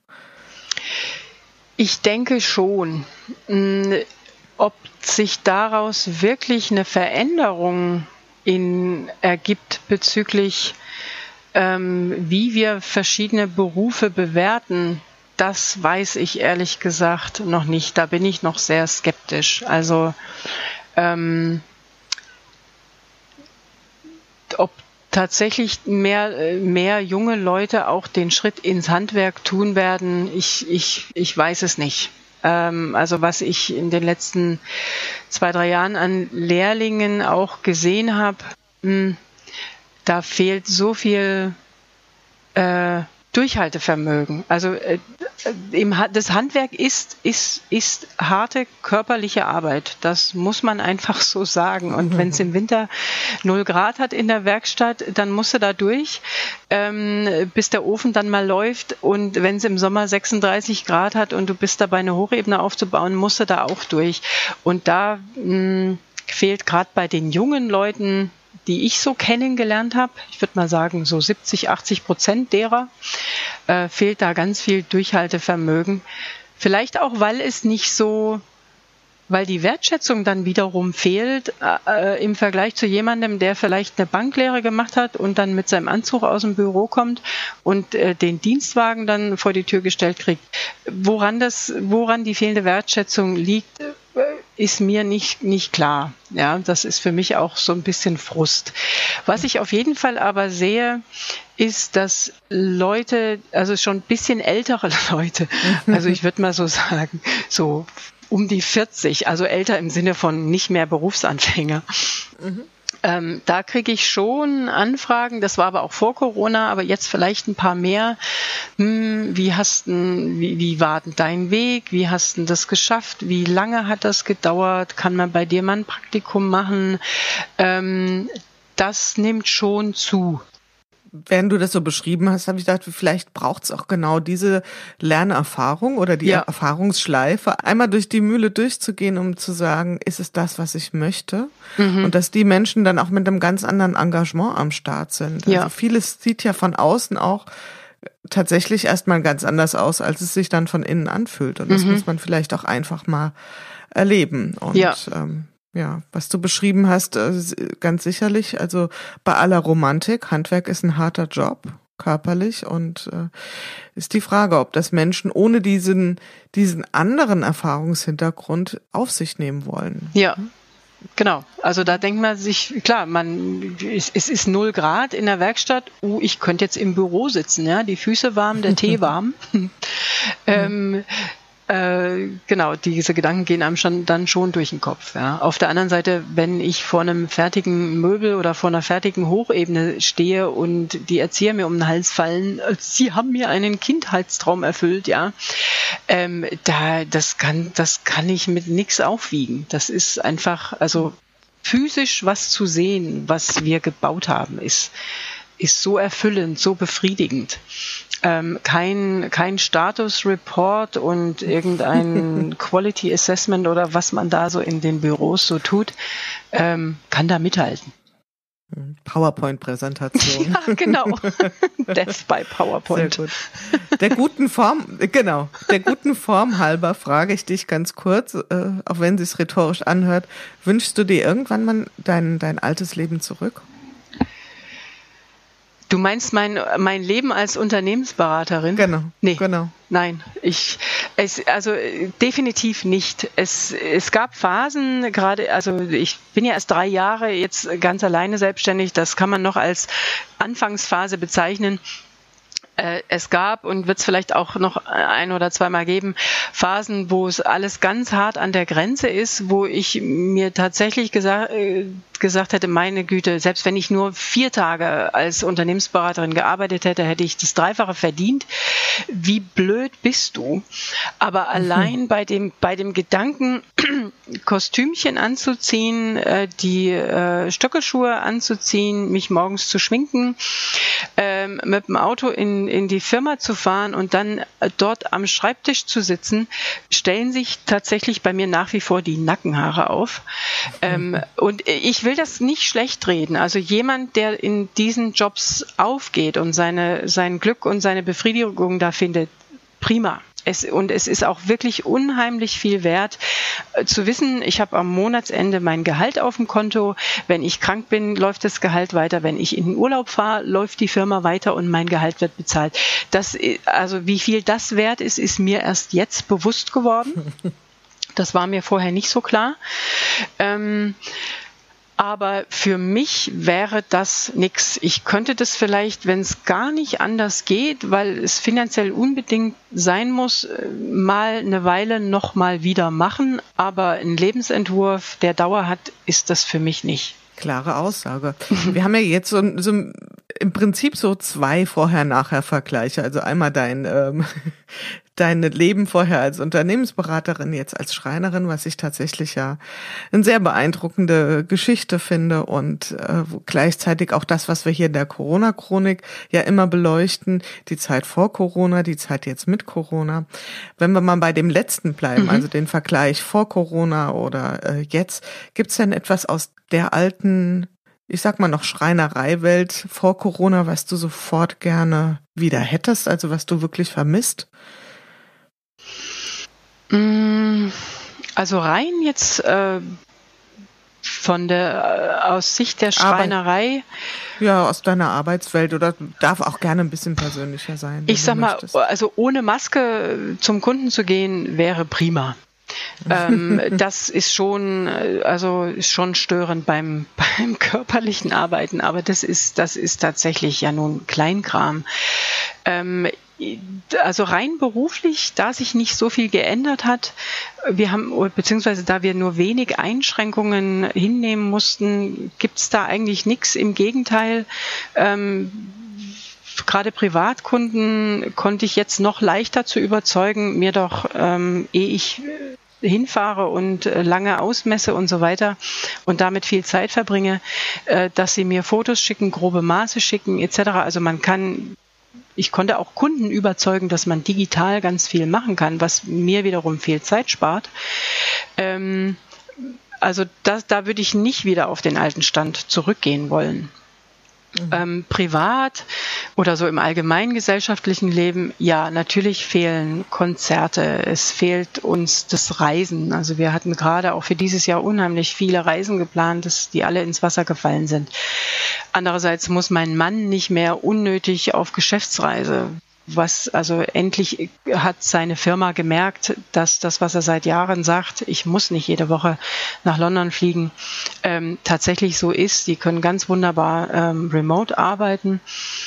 Ich denke schon. Ob sich daraus wirklich eine Veränderung ergibt bezüglich, wie wir verschiedene Berufe bewerten, das weiß ich ehrlich gesagt noch nicht. Da bin ich noch sehr skeptisch. Also ob tatsächlich mehr junge Leute auch den Schritt ins Handwerk tun werden, ich weiß es nicht. Also was ich in den letzten 2-3 Jahren an Lehrlingen auch gesehen habe, da fehlt so viel Durchhaltevermögen. Also das Handwerk ist harte körperliche Arbeit. Das muss man einfach so sagen. Und wenn es im Winter 0 Grad hat in der Werkstatt, dann musst du da durch, bis der Ofen dann mal läuft. Und wenn es im Sommer 36 Grad hat und du bist dabei, eine Hochebene aufzubauen, musst du da auch durch. Und da fehlt gerade bei den jungen Leuten, die ich so kennengelernt habe, ich würde mal sagen, so 70-80% derer, fehlt da ganz viel Durchhaltevermögen. Vielleicht auch, weil die Wertschätzung dann wiederum fehlt im Vergleich zu jemandem, der vielleicht eine Banklehre gemacht hat und dann mit seinem Anzug aus dem Büro kommt und den Dienstwagen dann vor die Tür gestellt kriegt. Woran die fehlende Wertschätzung liegt, ist mir nicht klar. Ja, das ist für mich auch so ein bisschen Frust. Was ich auf jeden Fall aber sehe, ist, dass Leute, also schon ein bisschen ältere Leute, also ich würde mal so sagen, so um die 40, also älter im Sinne von nicht mehr Berufsanfänger. Da kriege ich schon Anfragen, das war aber auch vor Corona, aber jetzt vielleicht ein paar mehr. Wie war denn dein Weg? Wie hast du das geschafft? Wie lange hat das gedauert? Kann man bei dir mal ein Praktikum machen? Das nimmt schon zu. Während du das so beschrieben hast, habe ich gedacht, vielleicht braucht es auch genau diese Lernerfahrung oder die Erfahrungsschleife, einmal durch die Mühle durchzugehen, um zu sagen, ist es das, was ich möchte? Und dass die Menschen dann auch mit einem ganz anderen Engagement am Start sind. Also vieles sieht ja von außen auch tatsächlich erstmal ganz anders aus, als es sich dann von innen anfühlt. Und das muss man vielleicht auch einfach mal erleben. Und was du beschrieben hast, ganz sicherlich, also bei aller Romantik, Handwerk ist ein harter Job, körperlich, und ist die Frage, ob das Menschen ohne diesen anderen Erfahrungshintergrund auf sich nehmen wollen. Ja. Genau, also da denkt man sich, klar, es ist 0 Grad in der Werkstatt, ich könnte jetzt im Büro sitzen, ja, die Füße warm, der Tee warm. Genau, diese Gedanken gehen einem dann schon durch den Kopf. Ja. Auf der anderen Seite, wenn ich vor einem fertigen Möbel oder vor einer fertigen Hochebene stehe und die Erzieher mir um den Hals fallen, sie haben mir einen Kindheitstraum erfüllt, ja, das kann ich mit nichts aufwiegen. Das ist einfach, also physisch was zu sehen, was wir gebaut haben, ist so erfüllend, so befriedigend. Kein Status-Report und irgendein Quality Assessment oder was man da so in den Büros so tut, kann da mithalten. PowerPoint-Präsentation. Ja, genau. Death by PowerPoint. Sehr gut. Der guten Form halber frage ich dich ganz kurz, auch wenn sie es rhetorisch anhört, wünschst du dir irgendwann mal dein altes Leben zurück? Du meinst mein Leben als Unternehmensberaterin? Genau. Nee, genau. Nein, also definitiv nicht. Es gab Phasen, gerade, also ich bin ja erst 3 Jahre jetzt ganz alleine selbstständig, das kann man noch als Anfangsphase bezeichnen. Es gab und wird es vielleicht auch noch 1 oder 2 Mal geben, Phasen, wo es alles ganz hart an der Grenze ist, wo ich mir tatsächlich gesagt hätte, meine Güte, selbst wenn ich nur 4 Tage als Unternehmensberaterin gearbeitet hätte, hätte ich das Dreifache verdient. Wie blöd bist du? Aber allein bei dem Gedanken, Kostümchen anzuziehen, die Stöckelschuhe anzuziehen, mich morgens zu schminken, mit dem Auto in die Firma zu fahren und dann dort am Schreibtisch zu sitzen, stellen sich tatsächlich bei mir nach wie vor die Nackenhaare auf. Und ich will das nicht schlecht reden. Also jemand, der in diesen Jobs aufgeht und sein Glück und seine Befriedigung da findet, prima. Es ist auch wirklich unheimlich viel wert, zu wissen, ich habe am Monatsende mein Gehalt auf dem Konto. Wenn ich krank bin, läuft das Gehalt weiter. Wenn ich in den Urlaub fahre, läuft die Firma weiter und mein Gehalt wird bezahlt. Also wie viel das wert ist, ist mir erst jetzt bewusst geworden. Das war mir vorher nicht so klar. Aber für mich wäre das nix. Ich könnte das vielleicht, wenn es gar nicht anders geht, weil es finanziell unbedingt sein muss, mal eine Weile noch mal wieder machen. Aber ein Lebensentwurf, der Dauer hat, ist das für mich nicht. Klare Aussage. Wir haben ja jetzt so im Prinzip so 2 Vorher-Nachher-Vergleiche. Also einmal dein Leben vorher als Unternehmensberaterin, jetzt als Schreinerin, was ich tatsächlich ja eine sehr beeindruckende Geschichte finde, und gleichzeitig auch das, was wir hier in der Corona-Chronik ja immer beleuchten, die Zeit vor Corona, die Zeit jetzt mit Corona. Wenn wir mal bei dem letzten bleiben, also den Vergleich vor Corona oder jetzt, gibt's denn etwas aus der alten, ich sag mal noch Schreinereiwelt vor Corona, was du sofort gerne wieder hättest, also was du wirklich vermisst? Also rein jetzt aus Sicht der Schreinerei. Ja, aus deiner Arbeitswelt, oder darf auch gerne ein bisschen persönlicher sein. Ich sag mal, also ohne Maske zum Kunden zu gehen, wäre prima. Das ist schon störend beim körperlichen Arbeiten, aber das ist tatsächlich ja nun Kleinkram. Also rein beruflich, da sich nicht so viel geändert hat, beziehungsweise da wir nur wenig Einschränkungen hinnehmen mussten, gibt's da eigentlich nichts. Im Gegenteil, gerade Privatkunden konnte ich jetzt noch leichter zu überzeugen, mir doch, ehe ich hinfahre und lange ausmesse und so weiter und damit viel Zeit verbringe, dass sie mir Fotos schicken, grobe Maße schicken etc. Also ich konnte auch Kunden überzeugen, dass man digital ganz viel machen kann, was mir wiederum viel Zeit spart. Also da würde ich nicht wieder auf den alten Stand zurückgehen wollen. Privat oder so im allgemeinen gesellschaftlichen Leben, ja, natürlich fehlen Konzerte, es fehlt uns das Reisen. Also wir hatten gerade auch für dieses Jahr unheimlich viele Reisen geplant, die alle ins Wasser gefallen sind. Andererseits muss mein Mann nicht mehr unnötig auf Geschäftsreise. Also endlich hat seine Firma gemerkt, dass das, was er seit Jahren sagt, ich muss nicht jede Woche nach London fliegen, tatsächlich so ist. Die können ganz wunderbar remote arbeiten.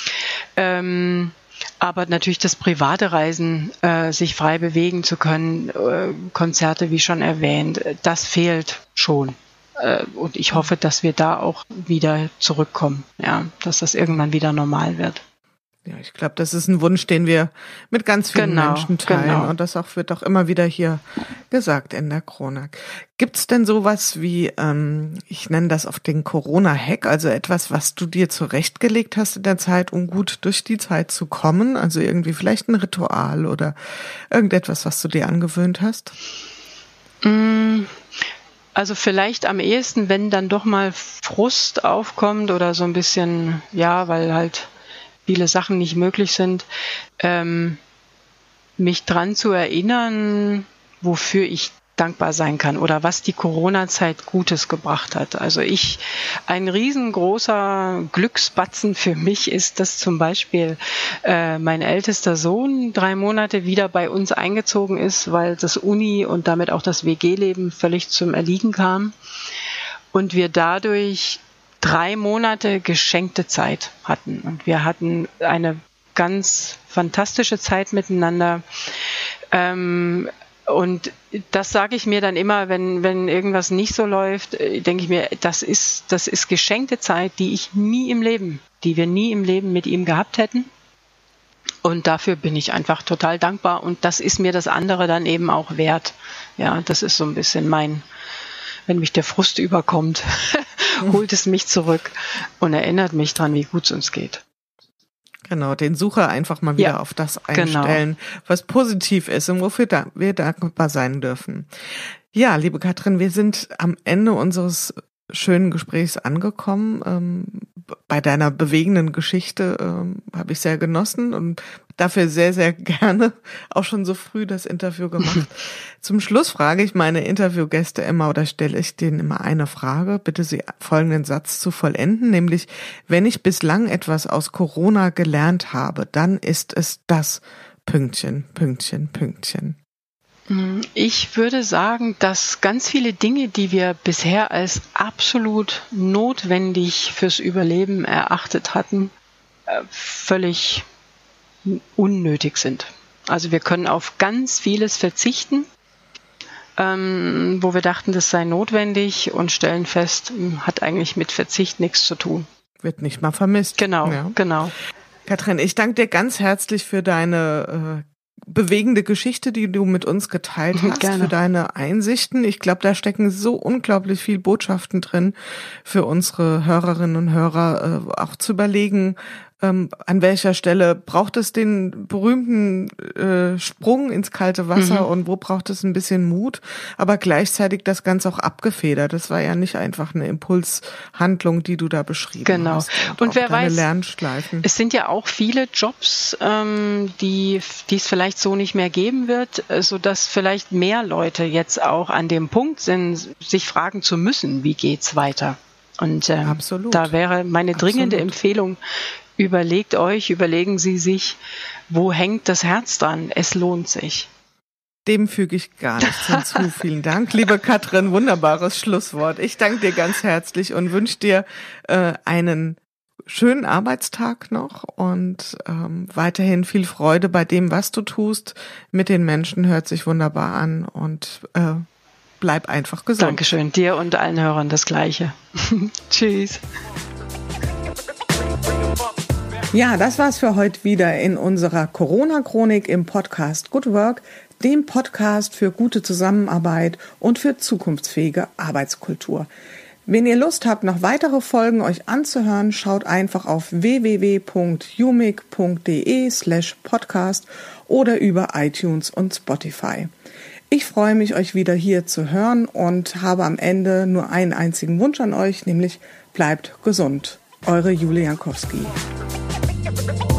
Aber natürlich das private Reisen, sich frei bewegen zu können, Konzerte, wie schon erwähnt, das fehlt schon. Und ich hoffe, dass wir da auch wieder zurückkommen, ja, dass das irgendwann wieder normal wird. Ja, ich glaube, das ist ein Wunsch, den wir mit ganz vielen Menschen teilen. Genau. Und das wird auch immer wieder hier gesagt in der Chronik. Gibt's denn sowas wie, ich nenne das oft den Corona-Hack, also etwas, was du dir zurechtgelegt hast in der Zeit, um gut durch die Zeit zu kommen? Also irgendwie vielleicht ein Ritual oder irgendetwas, was du dir angewöhnt hast? Also vielleicht am ehesten, wenn dann doch mal Frust aufkommt oder so ein bisschen, ja, weil halt viele Sachen nicht möglich sind, mich dran zu erinnern, wofür ich dankbar sein kann oder was die Corona-Zeit Gutes gebracht hat. Also ein riesengroßer Glücksbatzen für mich ist, dass zum Beispiel mein ältester Sohn 3 Monate wieder bei uns eingezogen ist, weil das Uni und damit auch das WG-Leben völlig zum Erliegen kam und wir dadurch 3 Monate geschenkte Zeit hatten. Und wir hatten eine ganz fantastische Zeit miteinander. Und das sage ich mir dann immer, wenn irgendwas nicht so läuft, denke ich mir, das ist geschenkte Zeit, die wir nie im Leben mit ihm gehabt hätten. Und dafür bin ich einfach total dankbar. Und das ist mir das andere dann eben auch wert. Ja, das ist so ein bisschen wenn mich der Frust überkommt, holt es mich zurück und erinnert mich dran, wie gut es uns geht. Genau, den Sucher einfach mal wieder auf das einstellen, was positiv ist und wofür wir dankbar sein dürfen. Ja, liebe Katrin, wir sind am Ende unseres schönen Gesprächs angekommen. Bei deiner bewegenden Geschichte habe ich sehr genossen und dafür sehr, sehr gerne auch schon so früh das Interview gemacht. Zum Schluss frage ich meine Interviewgäste immer oder stelle ich denen immer eine Frage, bitte sie folgenden Satz zu vollenden, nämlich, wenn ich bislang etwas aus Corona gelernt habe, dann ist es das Pünktchen, Pünktchen, Pünktchen. Ich würde sagen, dass ganz viele Dinge, die wir bisher als absolut notwendig fürs Überleben erachtet hatten, völlig unnötig sind. Also wir können auf ganz vieles verzichten, wo wir dachten, das sei notwendig und stellen fest, hat eigentlich mit Verzicht nichts zu tun. Wird nicht mal vermisst. Genau, genau. Katrin, ich danke dir ganz herzlich für deine bewegende Geschichte, die du mit uns geteilt hast, Gerne. Für deine Einsichten. Ich glaube, da stecken so unglaublich viel Botschaften drin für unsere Hörerinnen und Hörer, auch zu überlegen, an welcher Stelle braucht es den berühmten Sprung ins kalte Wasser und wo braucht es ein bisschen Mut, aber gleichzeitig das Ganze auch abgefedert. Das war ja nicht einfach eine Impulshandlung, die du da beschrieben hast. Und wer weiß, Lernschleifen. Es sind ja auch viele Jobs, die es vielleicht so nicht mehr geben wird, sodass vielleicht mehr Leute jetzt auch an dem Punkt sind, sich fragen zu müssen, wie geht's weiter? Und da wäre meine dringende Empfehlung, überlegen Sie sich, wo hängt das Herz dran? Es lohnt sich. Dem füge ich gar nichts hinzu. Vielen Dank, liebe Katrin. Wunderbares Schlusswort. Ich danke dir ganz herzlich und wünsche dir einen schönen Arbeitstag noch und weiterhin viel Freude bei dem, was du tust. Mit den Menschen hört sich wunderbar an und bleib einfach gesund. Dankeschön. Dir und allen Hörern das Gleiche. Tschüss. Ja, das war's für heute wieder in unserer Corona-Chronik im Podcast Good Work, dem Podcast für gute Zusammenarbeit und für zukunftsfähige Arbeitskultur. Wenn ihr Lust habt, noch weitere Folgen euch anzuhören, schaut einfach auf www.umic.de/podcast oder über iTunes und Spotify. Ich freue mich, euch wieder hier zu hören und habe am Ende nur einen einzigen Wunsch an euch, nämlich bleibt gesund. Eure Jule Jankowski.